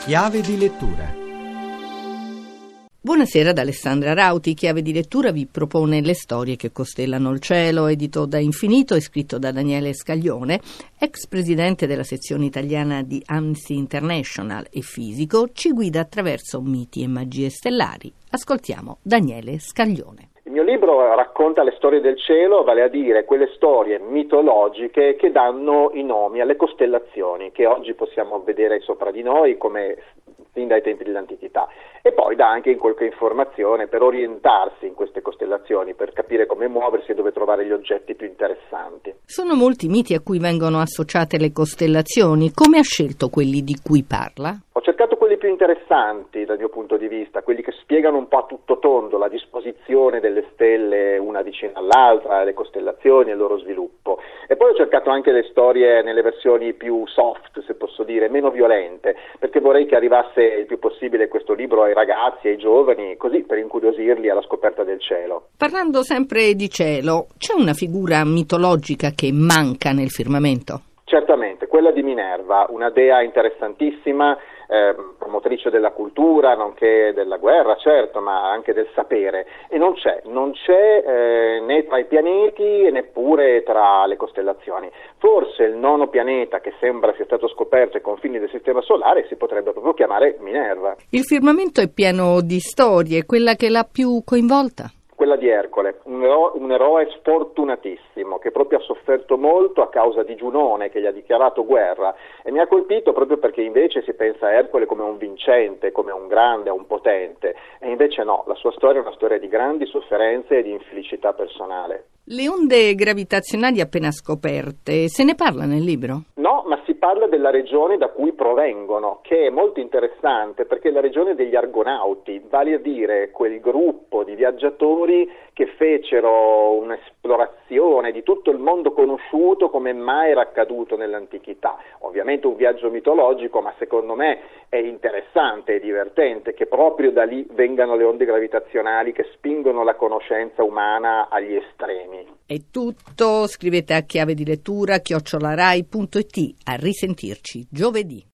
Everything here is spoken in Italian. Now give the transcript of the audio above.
Chiave di lettura. Buonasera da Alessandra Rauti. Chiave di lettura vi propone Le storie che costellano il cielo, edito da Infinito e scritto da Daniele Scaglione, ex presidente della sezione italiana di Amnesty International e fisico, ci guida attraverso miti e magie stellari. Ascoltiamo Daniele Scaglione. Il mio libro racconta le storie del cielo, vale a dire quelle storie mitologiche che danno i nomi alle costellazioni che oggi possiamo vedere sopra di noi come fin dai tempi dell'antichità, e poi dà anche qualche informazione per orientarsi in queste costellazioni, per capire come muoversi e dove trovare gli oggetti più interessanti. Sono molti miti a cui vengono associate le costellazioni. Come ha scelto quelli di cui parla? Ho cercato quelli più interessanti dal mio punto di vista, quelli che spiegano un po' a tutto tondo la disposizione delle stelle una vicino all'altra, le costellazioni e il loro sviluppo. E poi ho cercato anche le storie nelle versioni più soft, se posso dire, meno violente, perché vorrei che arrivasse il più possibile questo libro ai ragazzi, ai giovani, così per incuriosirli alla scoperta del cielo. Parlando sempre di cielo, c'è una figura mitologica che manca nel firmamento? Certamente, quella di Minerva, una dea interessantissima, promotrice della cultura, nonché della guerra, certo, ma anche del sapere, e non c'è né tra i pianeti e neppure tra le costellazioni. Forse il nono pianeta che sembra sia stato scoperto ai confini del Sistema Solare si potrebbe proprio chiamare Minerva. Il firmamento è pieno di storie, quella che l'ha più coinvolta? Quella di Ercole, un eroe sfortunatissimo che proprio ha sofferto molto a causa di Giunone che gli ha dichiarato guerra, e mi ha colpito proprio perché invece si pensa a Ercole come un vincente, come un grande, un potente, e invece no, la sua storia è una storia di grandi sofferenze e di infelicità personale. Le onde gravitazionali appena scoperte, se ne parla nel libro? No, ma si parla della regione da cui provengono, che è molto interessante perché è la regione degli Argonauti, vale a dire quel gruppo di viaggiatori che fecero un'esplorazione di tutto il mondo conosciuto come mai era accaduto nell'antichità. Ovviamente un viaggio mitologico, ma secondo me è interessante e divertente che proprio da lì vengano le onde gravitazionali che spingono la conoscenza umana agli estremi. È tutto, scrivete a chiavedilettura@rai.it. A risentirci giovedì.